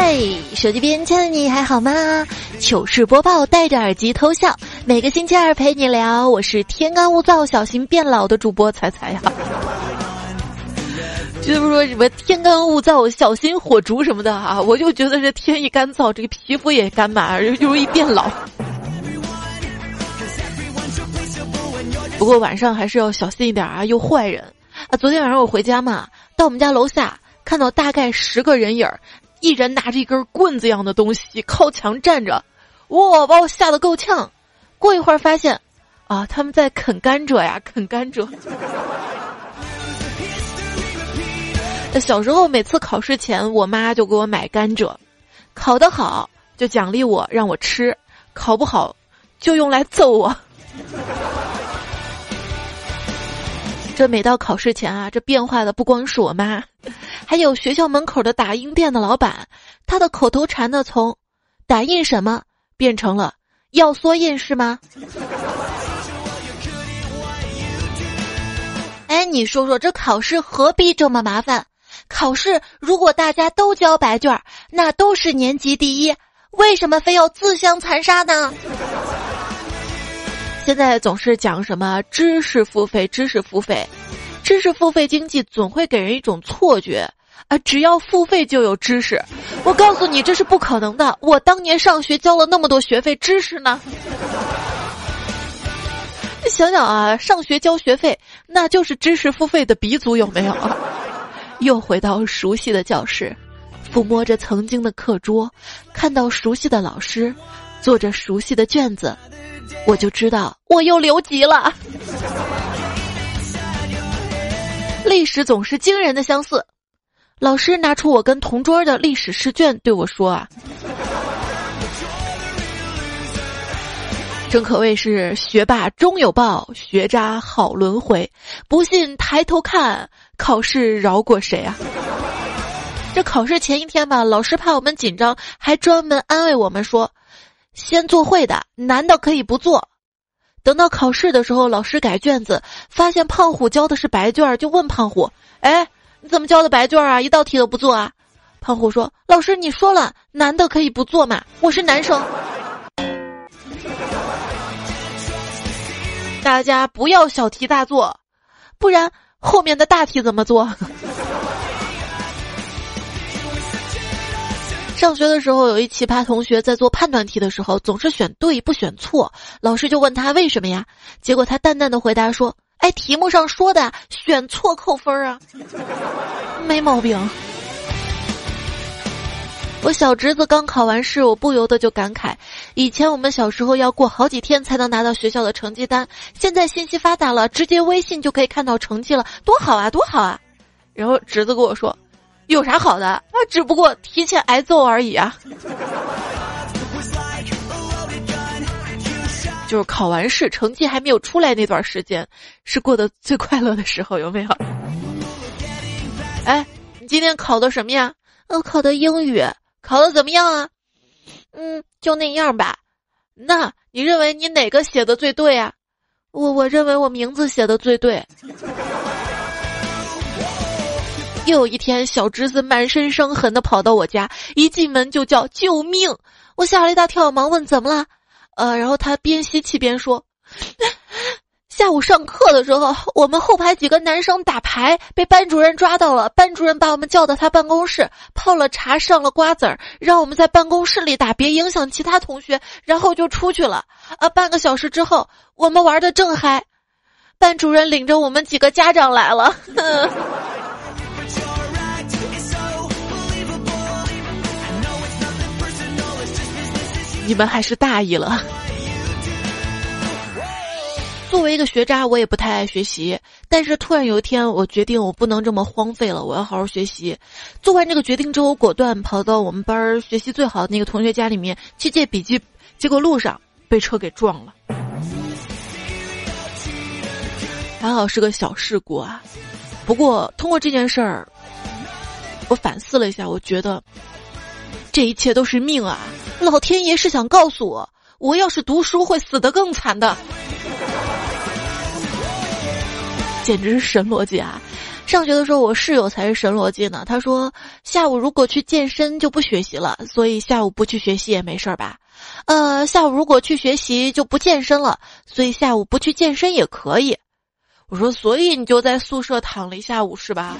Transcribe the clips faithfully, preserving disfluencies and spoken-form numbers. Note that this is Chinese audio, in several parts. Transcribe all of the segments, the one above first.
嘿，手机边亲爱的你还好吗？糗事播报，戴着耳机偷笑，每个星期二陪你聊，我是天干物燥小心变老的主播彩彩呀。就是说什么天干物燥小心火烛什么的啊，我就觉得这天一干燥，这个皮肤也干嘛，就容易变老。不过晚上还是要小心一点啊，有坏人啊！昨天晚上我回家嘛，到我们家楼下看到大概十个人影儿，一人拿着一根棍子一样的东西靠墙站着，哇，把我吓得够呛。过一会儿发现，啊，他们在啃甘蔗呀，啃甘蔗。小时候每次考试前，我妈就给我买甘蔗，考得好就奖励我让我吃，考不好就用来揍我。这每到考试前啊，这变化的不光是我妈，还有学校门口的打印店的老板，他的口头禅呢从打印什么变成了要缩印是吗？哎，你说说这考试何必这么麻烦？考试如果大家都交白卷，那都是年级第一，为什么非要自相残杀呢？现在总是讲什么知识付费，知识付费，知识付费经济总会给人一种错觉啊，只要付费就有知识。我告诉你，这是不可能的。我当年上学交了那么多学费，知识呢？想想啊，上学交学费，那就是知识付费的鼻祖，有没有啊？又回到熟悉的教室，抚摸着曾经的课桌，看到熟悉的老师，做着熟悉的卷子，我就知道我又留级了。历史总是惊人的相似。老师拿出我跟同桌的历史试卷对我说啊，正可谓是学霸终有报，学渣好轮回，不信抬头看，考试饶过谁啊？这考试前一天吧，老师怕我们紧张，还专门安慰我们说，先做会的，难的可以不做。等到考试的时候，老师改卷子，发现胖虎交的是白卷，就问胖虎，哎，你怎么交的白卷啊？一道题都不做啊？胖虎说，老师你说了，男的可以不做嘛，我是男生。大家不要小题大做，不然后面的大题怎么做？上学的时候，有一奇葩同学在做判断题的时候总是选对不选错，老师就问他为什么呀？结果他淡淡的回答说，哎，题目上说的选错扣分啊。没毛病。我小侄子刚考完试，我不由得就感慨，以前我们小时候要过好几天才能拿到学校的成绩单，现在信息发达了，直接微信就可以看到成绩了，多好啊多好啊。然后侄子跟我说，有啥好的啊，只不过提前挨揍而已啊。就是考完试成绩还没有出来那段时间是过得最快乐的时候，有没有？哎，你今天考的什么呀？我考的英语。考得怎么样啊？嗯，就那样吧。那你认为你哪个写的最对啊？我我认为我名字写的最对。又有一天，小侄子满身伤痕的跑到我家，一进门就叫救命！我吓了一大跳，忙问怎么了？呃，然后他边吸气边说，下午上课的时候，我们后排几个男生打牌被班主任抓到了，班主任把我们叫到他办公室，泡了茶上了瓜子儿，让我们在办公室里打，别影响其他同学，然后就出去了。啊，半个小时之后，我们玩得正嗨，班主任领着我们几个家长来了。你们还是大意了。作为一个学渣，我也不太爱学习，但是突然有一天我决定我不能这么荒废了，我要好好学习。做完这个决定之后，我果断跑到我们班学习最好的那个同学家里面去借笔记，结果路上被车给撞了，还好是个小事故啊。不过通过这件事儿，我反思了一下，我觉得这一切都是命啊，老天爷是想告诉我，我要是读书会死得更惨的。简直是神逻辑啊！ 上学的时候，我室友才是神逻辑呢。他说下午如果去健身就不学习了，所以下午不去学习也没事儿吧？呃，下午如果去学习就不健身了，所以下午不去健身也可以。我说，所以你就在宿舍躺了一下午是吧？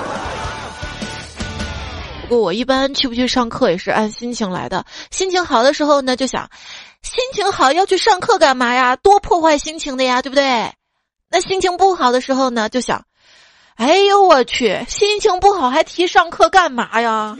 不过我一般去不去上课也是按心情来的，心情好的时候呢，就想心情好要去上课干嘛呀？多破坏心情的呀，对不对？那心情不好的时候呢，就想，哎呦我去，心情不好还提上课干嘛呀？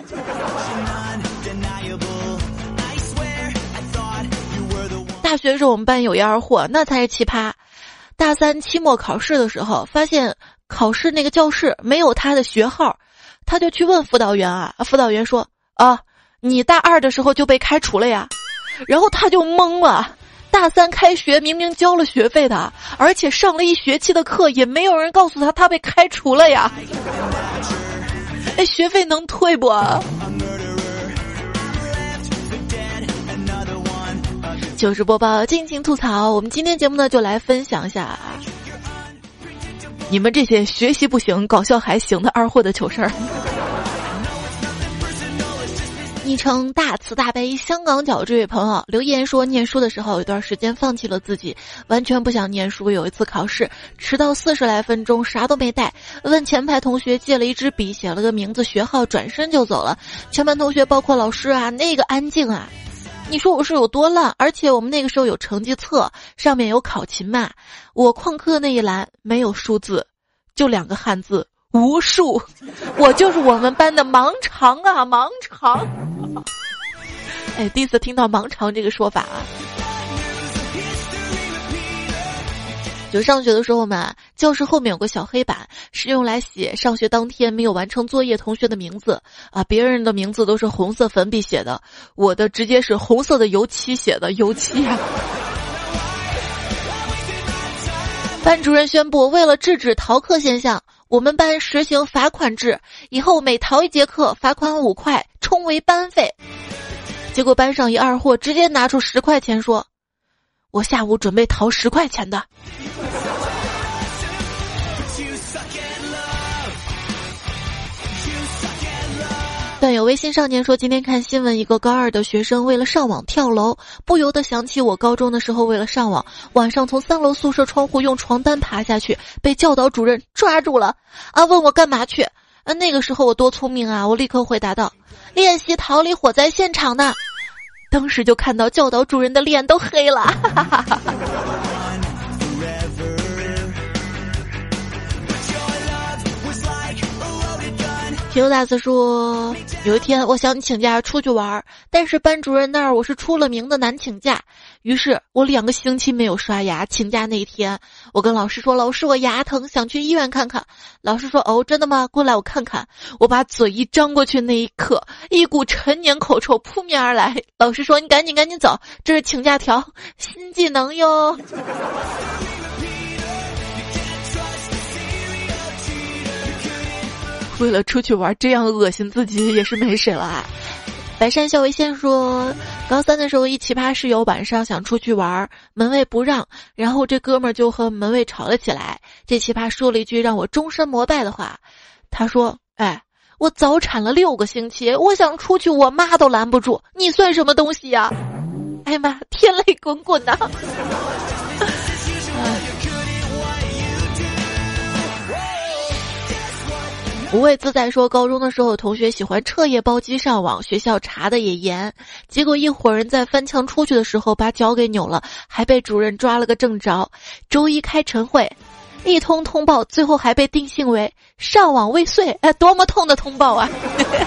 大学时候我们班有一二货，那才是奇葩。大三期末考试的时候，发现考试那个教室没有他的学号，他就去问辅导员啊，辅导员说啊，你大二的时候就被开除了呀。然后他就懵了，大三开学明明交了学费的，而且上了一学期的课，也没有人告诉他他被开除了呀。哎，学费能退不？糗事播报，尽情吐槽。我们今天节目呢，就来分享一下你们这些学习不行、搞笑还行的二货的糗事儿。昵称大慈大悲香港脚这位朋友留言说，念书的时候有段时间放弃了自己，完全不想念书。有一次考试迟到四十来分钟，啥都没带，问前排同学借了一支笔，写了个名字学号，转身就走了。全班同学包括老师啊，那个安静啊。你说我是有多烂？而且我们那个时候有成绩册，上面有考勤嘛。我旷课那一栏没有数字，就两个汉字无数。我就是我们班的盲肠啊，盲肠。哎，第一次听到盲肠这个说法啊。就上学的时候嘛，教室后面有个小黑板，是用来写上学当天没有完成作业同学的名字啊。别人的名字都是红色粉笔写的，我的直接是红色的油漆写的，油漆啊。班主任宣布，为了制止逃课现象，我们班实行罚款制，以后每逃一节课罚款五块，充为班费。结果班上一二货直接拿出十块钱说，我下午准备逃十块钱的。段友微信少年说，今天看新闻，一个高二的学生为了上网跳楼，不由得想起我高中的时候为了上网，晚上从三楼宿舍窗户用床单爬下去，被教导主任抓住了啊，问我干嘛去啊？那个时候我多聪明啊，我立刻回答道，练习逃离火灾现场的。当时就看到教导主任的脸都黑了。哈哈哈。平大师说，有一天我想请假出去玩，但是班主任那儿我是出了名的难请假，于是我两个星期没有刷牙。请假那一天，我跟老师说，老师我牙疼，想去医院看看。老师说，哦，真的吗？过来我看看。我把嘴一张过去，那一刻一股陈年口臭扑面而来。老师说，你赶紧赶紧走，这是请假条，新技能哟。为了出去玩这样恶心自己也是没谁了啊。白山笑为先说，高三的时候一奇葩室友晚上想出去玩，门卫不让，然后这哥们儿就和门卫吵了起来。这奇葩说了一句让我终身膜拜的话，他说，哎，我早产了六个星期，我想出去我妈都拦不住，你算什么东西呀？哎呀妈，天泪滚滚呐。无畏自在说，高中的时候同学喜欢彻夜包机上网，学校查的也严，结果一伙人在翻墙出去的时候把脚给扭了，还被主任抓了个正着。周一开晨会，一通通报，最后还被定性为上网未遂。哎，多么痛的通报啊。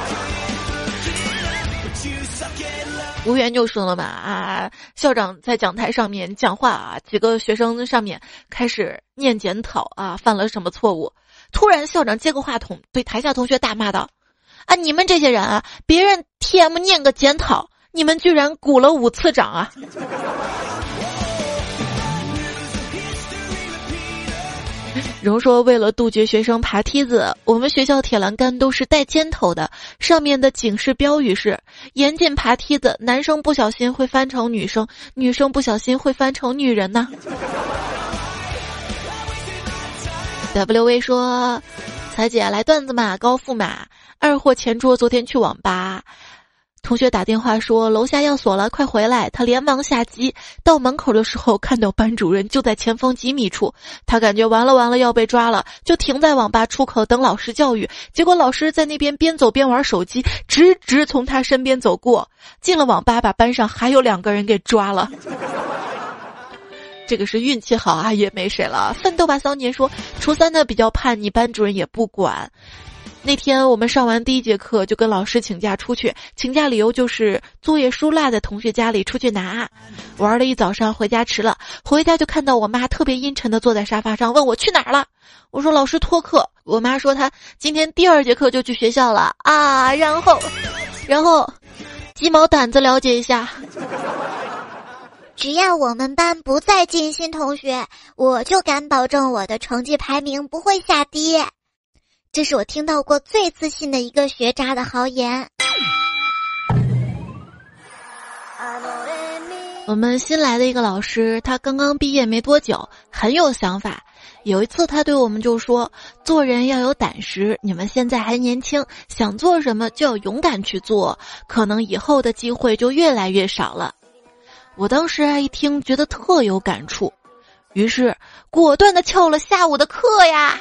无缘就说了嘛啊，校长在讲台上面讲话啊，几个学生上面开始念检讨啊，犯了什么错误。突然校长接过话筒对台下同学大骂道，啊，你们这些人啊，别人 T M 念个检讨，你们居然鼓了五次掌啊。荣说，为了杜绝学生爬梯子，我们学校铁栏杆都是带尖头的，上面的警示标语是，严禁爬梯子，男生不小心会翻成女生，女生不小心会翻成女人呐。W V 说， 彩姐来段子嘛，高富嘛，二货前桌昨天去网吧，同学打电话说楼下要锁了，快回来，他连忙下机，到门口的时候看到班主任就在前方几米处，他感觉完了完了要被抓了，就停在网吧出口等老师教育，结果老师在那边边走边玩手机，直直从他身边走过，进了网吧把班上还有两个人给抓了。这个是运气好啊，也没谁了。奋斗吧骚年说初三的比较叛逆，班主任也不管。那天我们上完第一节课就跟老师请假出去，请假理由就是作业书落在同学家里出去拿，玩了一早上回家迟了，回家就看到我妈特别阴沉的坐在沙发上问我去哪儿了，我说老师托课，我妈说她今天第二节课就去学校了啊，然后然后鸡毛掸子了解一下， 只要我们班不再进新同学，我就敢保证我的成绩排名不会下跌。这是我听到过最自信的一个学渣的豪言。 我们新来的一个老师，他刚刚毕业没多久，很有想法。有一次他对我们就说，做人要有胆识，你们现在还年轻，想做什么就要勇敢去做，可能以后的机会就越来越少了。我当时啊一听觉得特有感触，于是果断地翘了下午的课呀。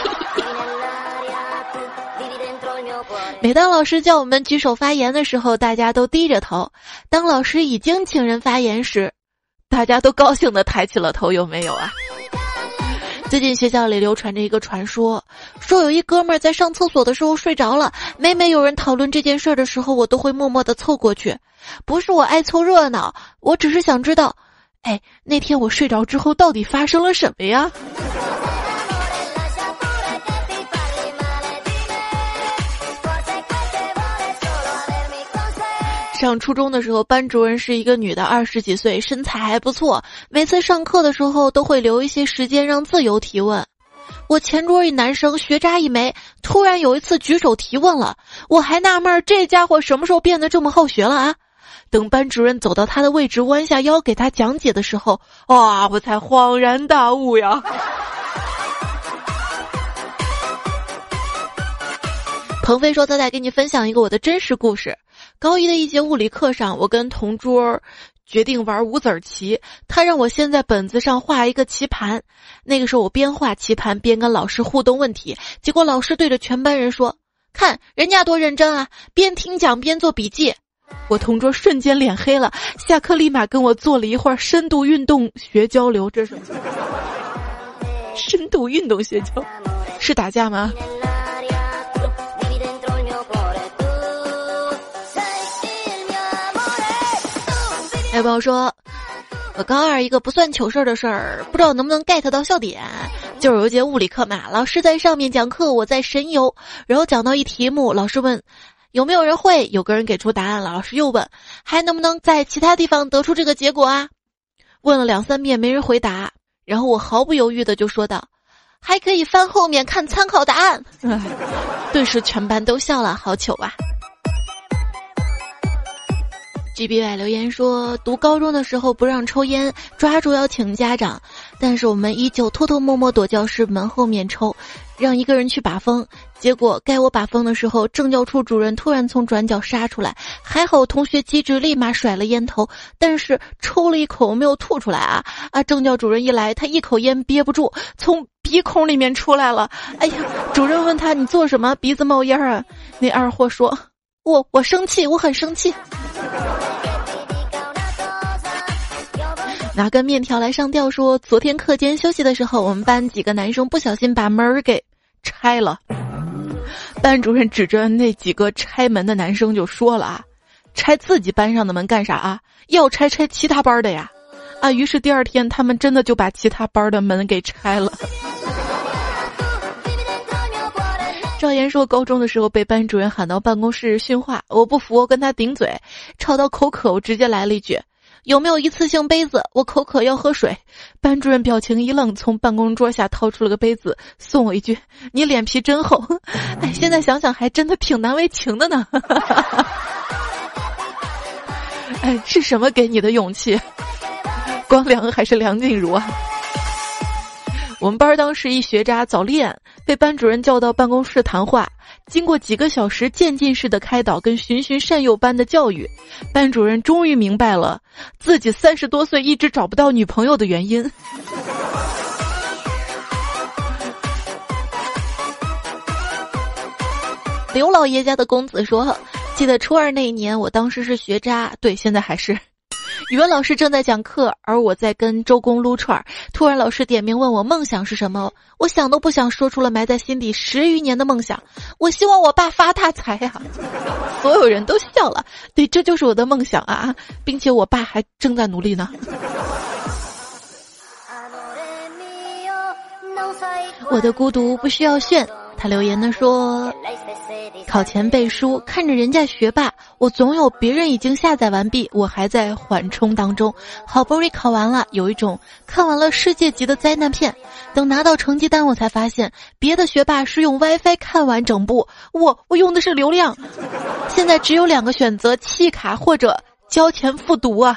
每当老师叫我们举手发言的时候，大家都低着头；当老师已经请人发言时，大家都高兴地抬起了头，有没有啊？最近学校里流传着一个传说，说有一哥们儿在上厕所的时候睡着了，每每有人讨论这件事的时候，我都会默默地凑过去。不是我爱凑热闹，我只是想知道，哎，那天我睡着之后到底发生了什么呀？上初中的时候，班主任是一个女的，二十几岁，身材还不错。每次上课的时候都会留一些时间让自由提问。我前桌一男生学渣一枚，突然有一次举手提问了，我还纳闷这家伙什么时候变得这么好学了啊？等班主任走到他的位置，弯下腰给他讲解的时候，哇，我才恍然大悟呀！鹏飞说：“咱再给你分享一个我的真实故事。高一的一节物理课上，我跟同桌决定玩五子棋，他让我先在本子上画一个棋盘。那个时候我边画棋盘边跟老师互动问题，结果老师对着全班人说：看人家多认真啊，边听讲边做笔记。我同桌瞬间脸黑了，下课立马跟我做了一会儿深度运动学交流。这是深度运动学交是打架吗？有朋友说，我高二一个不算糗事儿的事儿，不知道能不能 get 到笑点。就是有一节物理课嘛，老师在上面讲课，我在神游，然后讲到一题目，老师问有没有人会，有个人给出答案了，老师又问还能不能在其他地方得出这个结果啊？问了两三遍没人回答，然后我毫不犹豫的就说道，还可以翻后面看参考答案。顿时全班都笑了，好糗啊。G B Y 留言说，读高中的时候不让抽烟，抓住要请家长，但是我们依旧偷偷摸摸躲教室门后面抽，让一个人去把风。结果该我把风的时候，政教处主任突然从转角杀出来，还好同学机智，立马甩了烟头，但是抽了一口没有吐出来啊啊！政教主任一来，他一口烟憋不住，从鼻孔里面出来了。哎呀，主任问他你做什么，鼻子冒烟啊？那二货说，我我生气，我很生气。拿根面条来上吊说，昨天课间休息的时候，我们班几个男生不小心把门给拆了。班主任指着那几个拆门的男生就说了啊，拆自己班上的门干啥啊？要拆拆其他班的呀！啊，于是第二天他们真的就把其他班的门给拆了。赵岩说，高中的时候被班主任喊到办公室训话，我不服，我跟他顶嘴，吵到口渴，我直接来了一句，有没有一次性杯子？我口渴要喝水。班主任表情一愣，从办公桌下掏出了个杯子，送我一句，你脸皮真厚。哎，现在想想还真的挺难为情的呢。哎，是什么给你的勇气？光良还是梁静茹啊？ 我们班当时一学渣早恋，被班主任叫到办公室谈话。经过几个小时渐进式的开导跟循循善诱般的教育，班主任终于明白了自己三十多岁一直找不到女朋友的原因。刘老爷家的公子说，记得初二那一年，我当时是学渣，对，现在还是。语文老师正在讲课，而我在跟周公撸串儿。突然老师点名问我梦想是什么，我想都不想说出了埋在心底十余年的梦想，我希望我爸发大财呀、啊！所有人都笑了，对，这就是我的梦想啊，并且我爸还正在努力呢。我的孤独不需要炫。他留言的说，考前背书，看着人家学霸，我总有别人已经下载完毕，我还在缓冲当中，好不容易考完了，有一种看完了世界级的灾难片。等拿到成绩单，我才发现别的学霸是用 WiFi 看完整部，我我用的是流量。现在只有两个选择，弃卡或者交钱复读啊。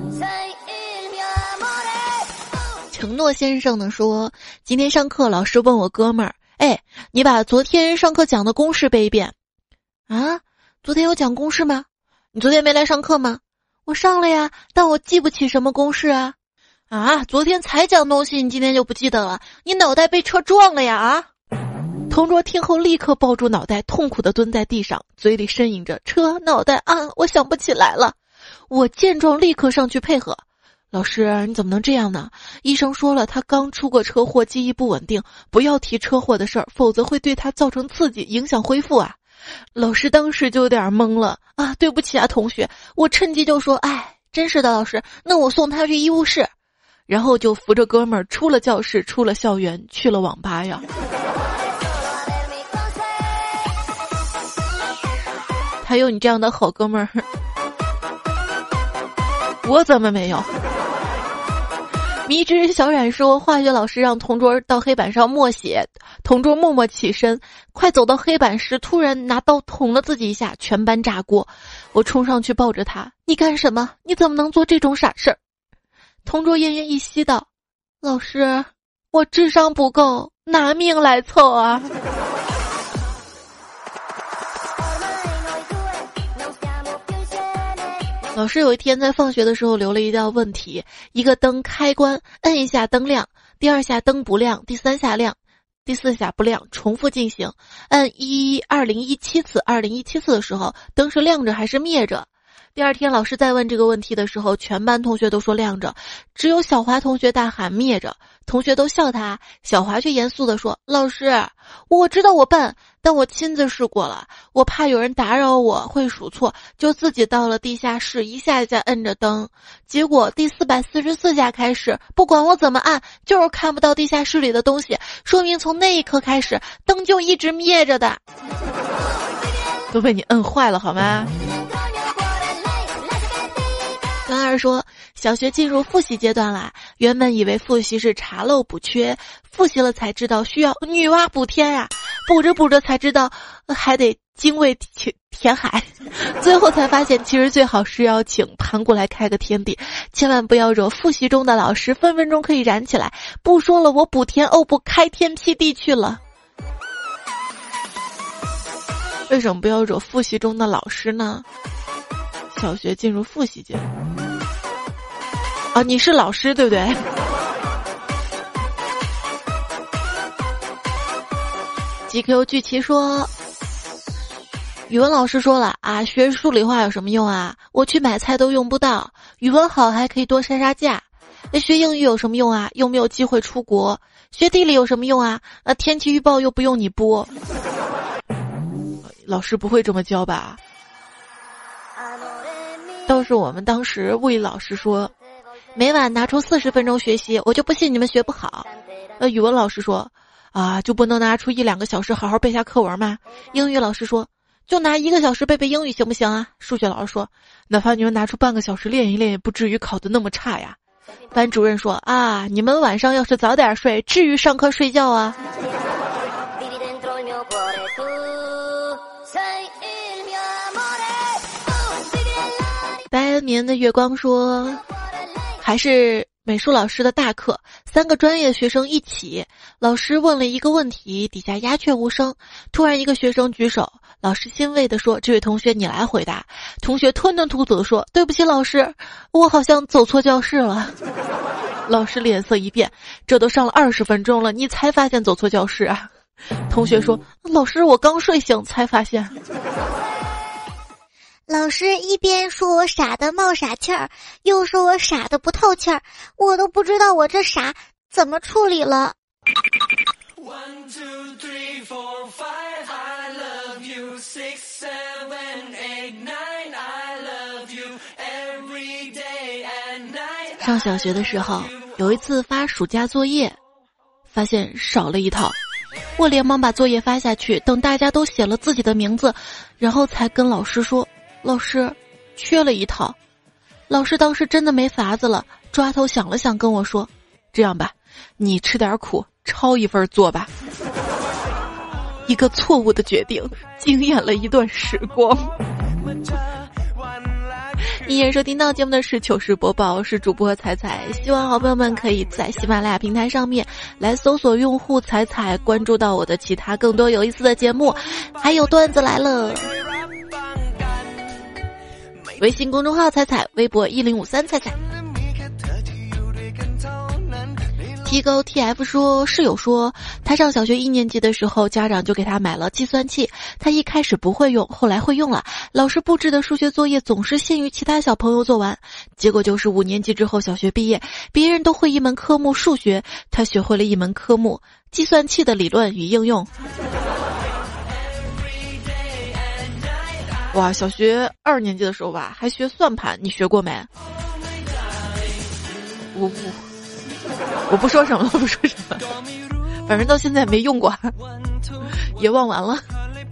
承诺先生呢说，今天上课老师问我哥们儿，哎，你把昨天上课讲的公式背一遍。啊，昨天有讲公式吗？你昨天没来上课吗？我上了呀，但我记不起什么公式啊。啊，昨天才讲东西，你今天就不记得了？你脑袋被车撞了呀啊！同桌听后立刻抱住脑袋，痛苦地蹲在地上，嘴里呻吟着车脑袋啊，我想不起来了。我见状立刻上去配合。老师，你怎么能这样呢？医生说了，他刚出过车祸，记忆不稳定，不要提车祸的事儿，否则会对他造成刺激，影响恢复啊。老师当时就有点懵了啊，对不起啊，同学。我趁机就说，哎，真是的，老师，那我送他去医务室。然后就扶着哥们儿出了教室，出了校园，去了网吧呀。还有你这样的好哥们儿，我怎么没有？迷之小冉说，化学老师让同桌到黑板上默写，同桌默默起身，快走到黑板时，突然拿刀捅了自己一下，全班炸锅。我冲上去抱着他，你干什么？你怎么能做这种傻事儿？同桌奄奄一息道，老师，我智商不够，拿命来凑啊。老师有一天在放学的时候留了一道问题，一个灯开关，摁一下灯亮，第二下灯不亮，第三下亮，第四下不亮，重复进行，按一二零一七次，二零一七次的时候，灯是亮着还是灭着？第二天老师再问这个问题的时候，全班同学都说亮着，只有小华同学大喊灭着，同学都笑他，小华却严肃地说，老师，我知道我笨，但我亲自试过了，我怕有人打扰我会数错，就自己到了地下室，一下一下摁着灯，结果第四百四十四下开始，不管我怎么按，就是看不到地下室里的东西，说明从那一刻开始，灯就一直灭着的。都被你摁坏了好吗？刚二说，小学进入复习阶段啦，原本以为复习是查漏补缺，复习了才知道需要女娲补天啊，补着补着才知道还得精卫填填海，最后才发现其实最好是要请盘古来开个天地，千万不要惹复习中的老师，分分钟可以燃起来。不说了，我补天哦不，开天辟地去了。为什么不要惹复习中的老师呢？小学进入复习阶段啊，你是老师对不对？G Q 聚齐说，语文老师说了啊，学数理化有什么用啊？我去买菜都用不到，语文好还可以多杀杀价。学英语有什么用啊？又没有机会出国。学地理有什么用啊？啊，天气预报又不用你播。老师不会这么教吧？倒是我们当时物理老师说，每晚拿出四十分钟学习，我就不信你们学不好。呃，语文老师说，啊，就不能拿出一两个小时好好背下课文吗？英语老师说，就拿一个小时背背英语行不行啊？数学老师说，哪怕你们拿出半个小时练一练，也不至于考得那么差呀。班主任说，啊，你们晚上要是早点睡，至于上课睡觉啊？白绵的月光说，还是美术老师的大课，三个专业学生一起，老师问了一个问题，底下鸦雀无声。突然一个学生举手，老师欣慰地说：“这位同学你来回答。”同学吞吞吐吐地说：“对不起老师，我好像走错教室了。”老师脸色一变：“这都上了二十分钟了，你才发现走错教室啊？”同学说：“老师，我刚睡醒才发现。” 老师一边说我傻的冒傻气儿，又说我傻的不透气儿，我都不知道我这傻怎么处理了。上小学的时候，有一次发暑假作业，发现少了一套，我连忙把作业发下去，等大家都写了自己的名字，然后才跟老师说：“老师，缺了一套。”老师当时真的没法子了，抓头想了想跟我说：“这样吧，你吃点苦，抄一份做吧。”一个错误的决定，惊艳了一段时光。你也收听到节目的是糗事播报，是主播彩彩，希望好朋友们可以在喜马拉雅平台上面来搜索用户彩彩，关注到我的其他更多有意思的节目，还有段子来了。微信公众号彩彩，微博一零五三彩彩。T G O T F 说，室友说他上小学一年级的时候，家长就给他买了计算器，他一开始不会用，后来会用了。老师布置的数学作业总是先于其他小朋友做完，结果就是五年级之后小学毕业，别人都会一门科目数学，他学会了一门科目计算器的理论与应用。哇，小学二年级的时候吧，还学算盘，你学过没？我不我不说什么了，不说什么，反正到现在没用过，也忘完了。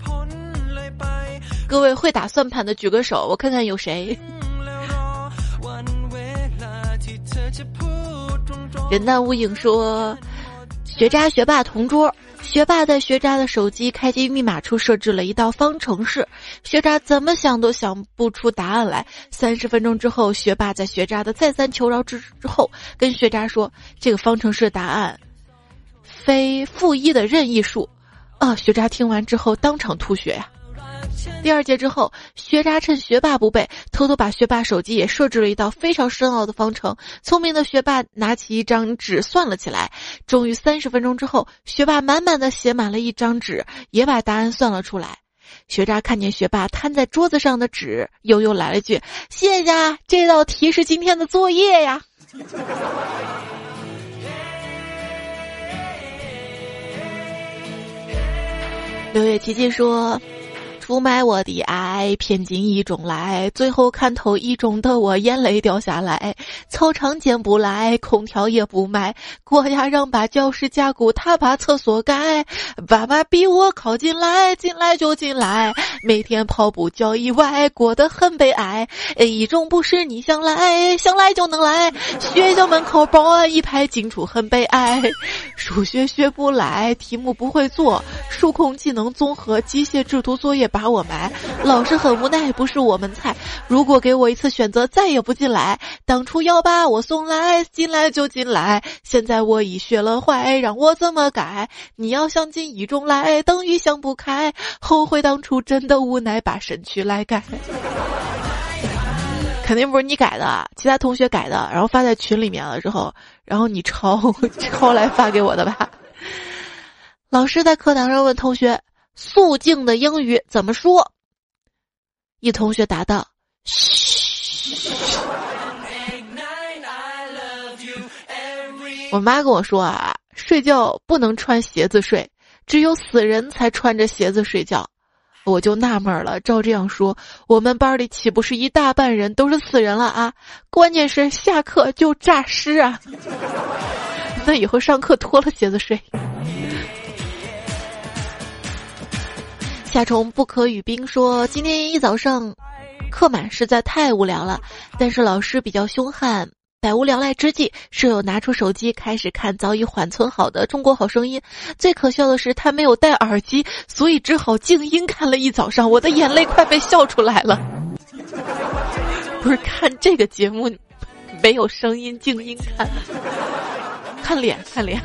各位会打算盘的举个手，我看看有谁。人淡无影说，学渣学霸同桌，学霸在学渣的手机开机密码处设置了一道方程式，学渣怎么想都想不出答案来。三十分钟之后，学霸在学渣的再三求饶之之后，跟学渣说：“这个方程式答案非负一的任意数。”啊！学渣听完之后当场吐血呀。第二节之后，学渣趁学霸不备，偷偷把学霸手机也设置了一道非常深奥的方程。聪明的学霸拿起一张纸算了起来。终于三十分钟之后，学霸满满的写满了一张纸，也把答案算了出来。学渣看见学霸摊在桌子上的纸，悠悠来了句：“谢谢啊，这道题是今天的作业呀。”六月琪琪说，出卖我的爱，骗进一种来，最后看透一种的我眼泪掉下来，操场捡不来，空调也不买，国家让把教室加固，他把厕所改，爸爸逼我考进来，进来就进来，每天跑步叫意外，过得很悲哀，一种不是你想来，想来就能来，学校门口保安一排进出很悲哀，数学学不来，题目不会做，数控技能综合，机械制图作业把我埋，老师很无奈，不是我们菜，如果给我一次选择，再也不进来，当初要把我送来，进来就进来，现在我已学了坏，让我怎么改，你要想进一中来，等于想不开，后悔当初真的无奈，把身躯来改。肯定不是你改的，其他同学改的，然后发在群里面了之后，然后你抄抄来发给我的吧。老师在课堂上问同学，肃静的英语怎么说？一同学答道：嘘。我妈跟我说啊，睡觉不能穿鞋子睡，只有死人才穿着鞋子睡觉。我就纳闷了，照这样说，我们班里岂不是一大半人都是死人了啊？关键是下课就诈尸啊！那以后上课脱了鞋子睡。夏虫不可语冰说，今天一早上课满实在太无聊了，但是老师比较凶悍，百无聊赖之际，舍友拿出手机开始看早已缓存好的中国好声音，最可笑的是他没有戴耳机，所以只好静音看了一早上，我的眼泪快被笑出来了。不是看这个节目没有声音，静音看，看脸，看脸。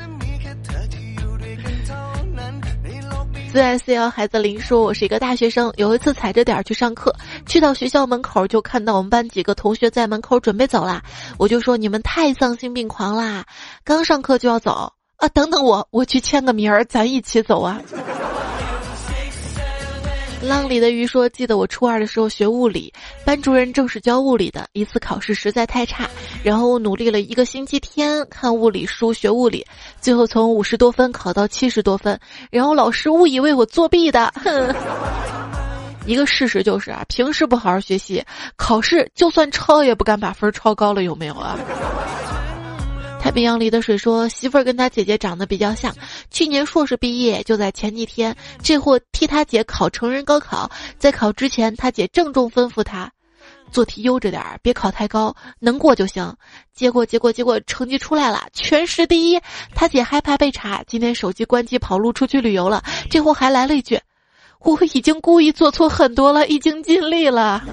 最爱 C L 孩子林说，我是一个大学生，有一次踩着点儿去上课，去到学校门口就看到我们班几个同学在门口准备走啦，我就说你们太丧心病狂啦，刚上课就要走啊，等等我，我去签个名儿，咱一起走啊。浪里的鱼说，记得我初二的时候学物理，班主任正是教物理的，一次考试实在太差，然后我努力了一个星期天看物理书学物理，最后从五十多分考到七十多分，然后老师误以为我作弊的，哼。一个事实就是啊，平时不好好学习，考试就算抄也不敢把分抄高了，有没有啊？太平洋里的水说，媳妇儿跟他姐姐长得比较像，去年硕士毕业就在前几天，这货替他姐考成人高考，在考之前他姐郑重吩咐他做题悠着点儿，别考太高，能过就行。结果结果结果成绩出来了，全市第一，他姐害怕被查，今天手机关机跑路出去旅游了，这货还来了一句，我已经故意做错很多了，已经尽力了。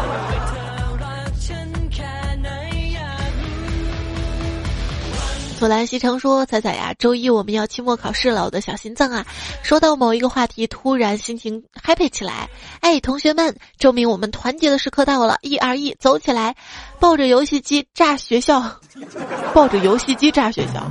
索兰西城说，彩彩呀，周一我们要期末考试了，我的小心脏啊。说到某一个话题，突然心情 happy 起来。哎，同学们，证明我们团结的时刻到了，一二一，走起来！抱着游戏机炸学校，抱着游戏机炸学校。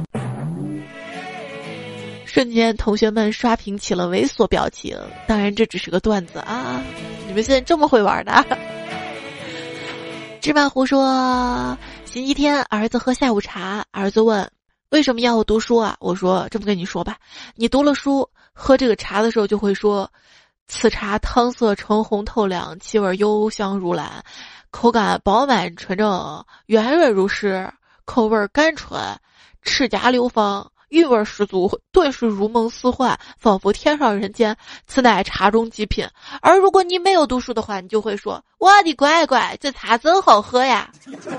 瞬间，同学们刷屏起了猥琐表情。当然，这只是个段子啊！你们现在这么会玩的？芝麻糊说，星期天儿子喝下午茶，儿子问为什么要我读书啊？我说这么跟你说吧，你读了书，喝这个茶的时候就会说，此茶汤色橙红透亮，气味幽香如兰，口感饱满纯正，圆润如诗，口味甘醇，齿颊流芳，韵味十足，顿时如梦似幻，仿佛天上人间，此乃茶中极品。而如果你没有读书的话，你就会说，我的乖乖，这茶真好喝呀。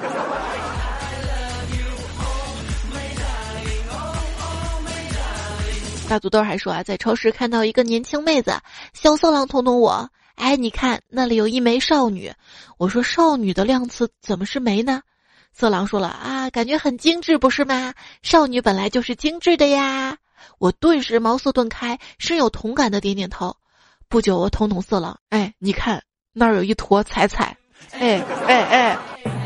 大土豆还说啊，在超市看到一个年轻妹子，小色狼捅捅我，哎，你看那里有一枚少女。我说少女的量词怎么是枚呢？色狼说了啊，感觉很精致不是吗？少女本来就是精致的呀。我顿时茅塞顿开，深有同感的点点头。不久我捅捅色狼，哎，你看那儿有一坨彩彩，哎哎哎。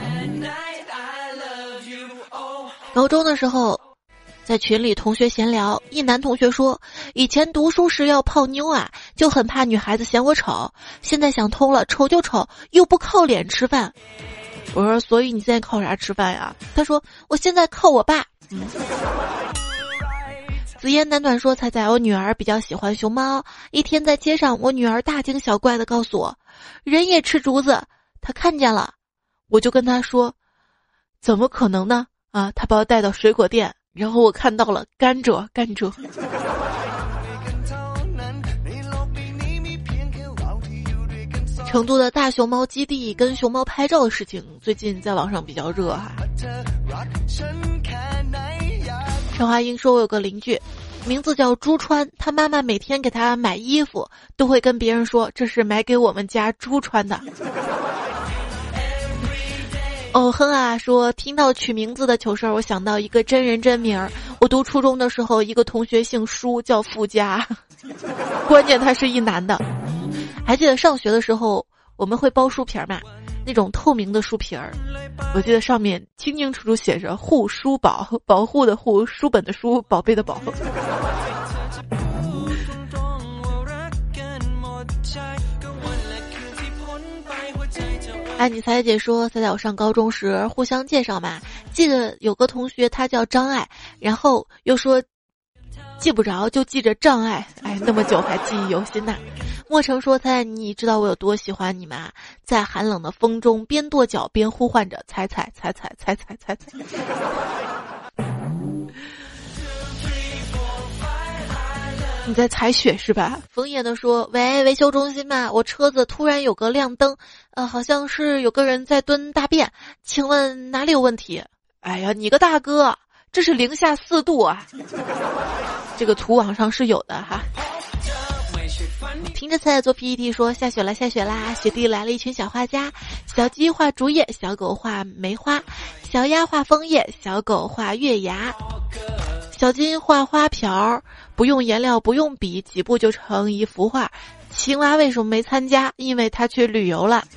高中的时候在群里同学闲聊，一男同学说，以前读书时要泡妞啊，就很怕女孩子嫌我丑，现在想通了，丑就丑，又不靠脸吃饭。我说所以你现在靠啥吃饭呀？他说我现在靠我爸。嗯。紫烟短短说，彩彩，我女儿比较喜欢熊猫，一天在街上，我女儿大惊小怪地告诉我，人也吃竹子，她看见了。我就跟她说，怎么可能呢？啊，她把我带到水果店，然后我看到了甘蔗，甘蔗。成都的大熊猫基地跟熊猫拍照的事情最近在网上比较热哈。陈华英说，我有个邻居名字叫朱川，他妈妈每天给他买衣服都会跟别人说，这是买给我们家猪穿的。哦哼啊说，听到取名字的糗事儿，我想到一个真人真名儿。我读初中的时候，一个同学姓舒，叫傅家，关键他是一男的。还记得上学的时候，我们会包书皮儿嘛，那种透明的书皮儿，我记得上面清清楚楚写着护书宝，保护的护，书本的书，宝贝的宝。安妮彩姐说，在我上高中时互相介绍嘛，记得有个同学他叫张爱，然后又说记不着就记着障碍，哎，那么久还记忆犹新呐。莫成说，猜你知道我有多喜欢你吗？在寒冷的风中边跺脚边呼唤着，踩踩踩踩踩踩踩踩。你在踩雪是吧？枫叶的说，喂，维修中心嘛，我车子突然有个亮灯，呃，好像是有个人在蹲大便，请问哪里有问题？哎呀，你个大哥，这是零下四度啊！这个图网上是有的哈。 听着菜做 P P T 说下雪了下雪啦，雪地来了一群小画家，小鸡画竹叶，小狗画梅花，小鸭画枫叶，小狗画月牙，小金画花瓢，不用颜料不用笔，几步就成一幅画。青蛙为什么没参加？因为他去旅游了。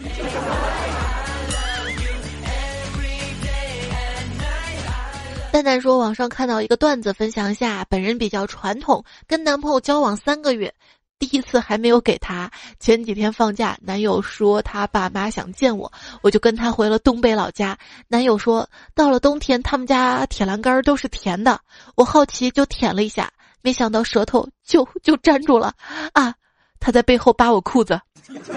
蛋蛋说网上看到一个段子分享一下，本人比较传统，跟男朋友交往三个月，第一次还没有给他，前几天放假，男友说他爸妈想见我，我就跟他回了东北老家。男友说到了冬天他们家铁栏杆都是甜的，我好奇就舔了一下，没想到舌头就就粘住了啊！他在背后扒我裤子。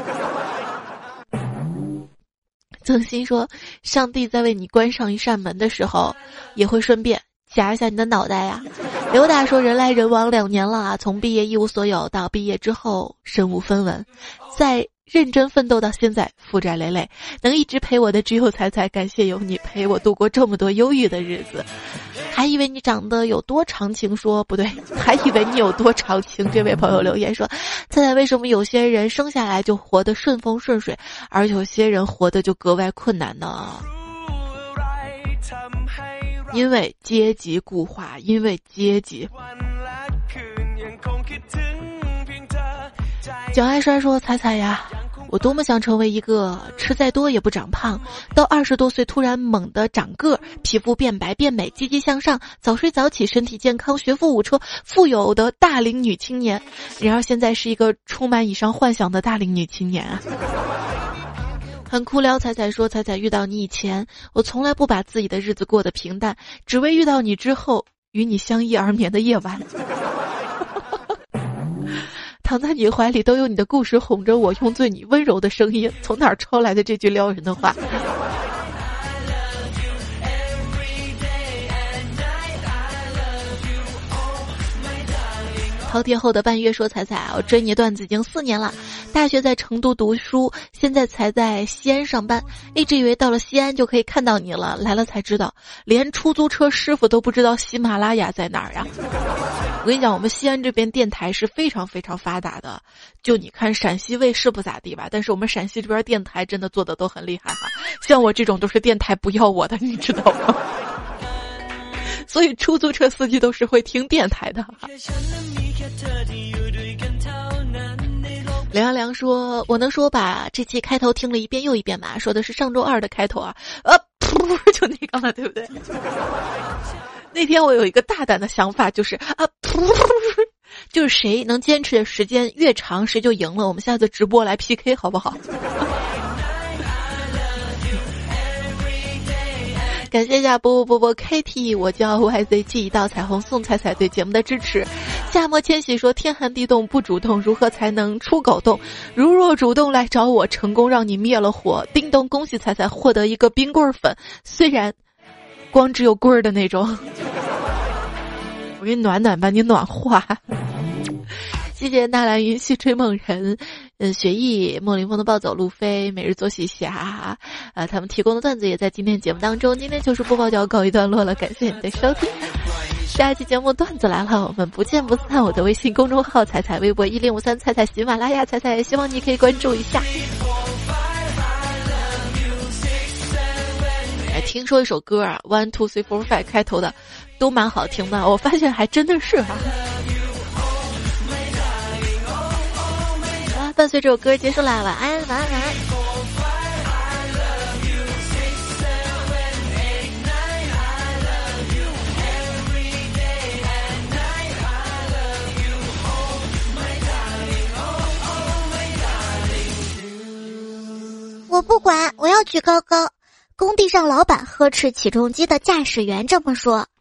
曾心说上帝在为你关上一扇门的时候，也会顺便夹一下你的脑袋呀。刘大说人来人往两年了啊，从毕业一无所有到毕业之后身无分文，在认真奋斗到现在负债累累，能一直陪我的只有彩彩，感谢有你陪我度过这么多忧郁的日子。还以为你长得有多长情，说不对，还以为你有多长情。这位朋友留言说，彩彩为什么有些人生下来就活得顺风顺水，而有些人活得就格外困难呢？因为阶级固化，因为阶级。脚爱摔说，彩彩呀，我多么想成为一个吃再多也不长胖，到二十多岁突然猛地长个，皮肤变白变美，积极向上，早睡早起，身体健康，学富五车，富有的大龄女青年。然而现在是一个充满以上幻想的大龄女青年啊。很哭聊彩彩说，彩彩遇到你以前，我从来不把自己的日子过得平淡，只为遇到你之后与你相依而眠的夜晚。躺在你怀里都有你的故事哄着我，用最你温柔的声音，从哪儿抄来的这句撩人的话？饕餮后的半月说，彩彩，我追你段子已经四年了，大学在成都读书，现在才在西安上班，一直以为到了西安就可以看到你了，来了才知道，连出租车师傅都不知道喜马拉雅在哪儿呀。我跟你讲，我们西安这边电台是非常非常发达的，就你看陕西卫视不咋地吧，但是我们陕西这边电台真的做的都很厉害哈，像我这种都是电台不要我的，你知道吗？所以出租车司机都是会听电台的。梁梁说，我能说我把这期开头听了一遍又一遍吧，说的是上周二的开头啊，呃，噗，就那个了，对不对？那天我有一个大胆的想法，就是啊，噗，就是谁能坚持的时间越长，谁就赢了。我们下次直播来 P K 好不好？感谢一下波波波波 K T， 我叫 Y Z G 一道彩虹送彩彩对节目的支持。夏末千玺说，天寒地冻不主动，如何才能出狗洞？如若主动来找我，成功让你灭了火。叮咚，恭喜彩彩获得一个冰棍粉，虽然光只有棍儿的那种，我给你暖暖，把你暖化。谢谢纳兰云溪追梦人，嗯，雪艺、莫林峰的暴走路飞、每日作息侠，呃，他们提供的段子也在今天节目当中。今天就是播报就要告一段落了，感谢你的收听。下一期节目段子来了，我们不见不散。我的微信公众号彩彩，微博一零五三彩彩，喜马拉雅彩彩，希望你可以关注一下。哎，听说一首歌啊 ，one two three four five 开头的，都蛮好听的。我发现还真的是哈、啊。伴随这首歌结束啦，晚安，晚安，晚安。 我不管，我要举高高。工地上老板呵斥起重机的驾驶员这么说：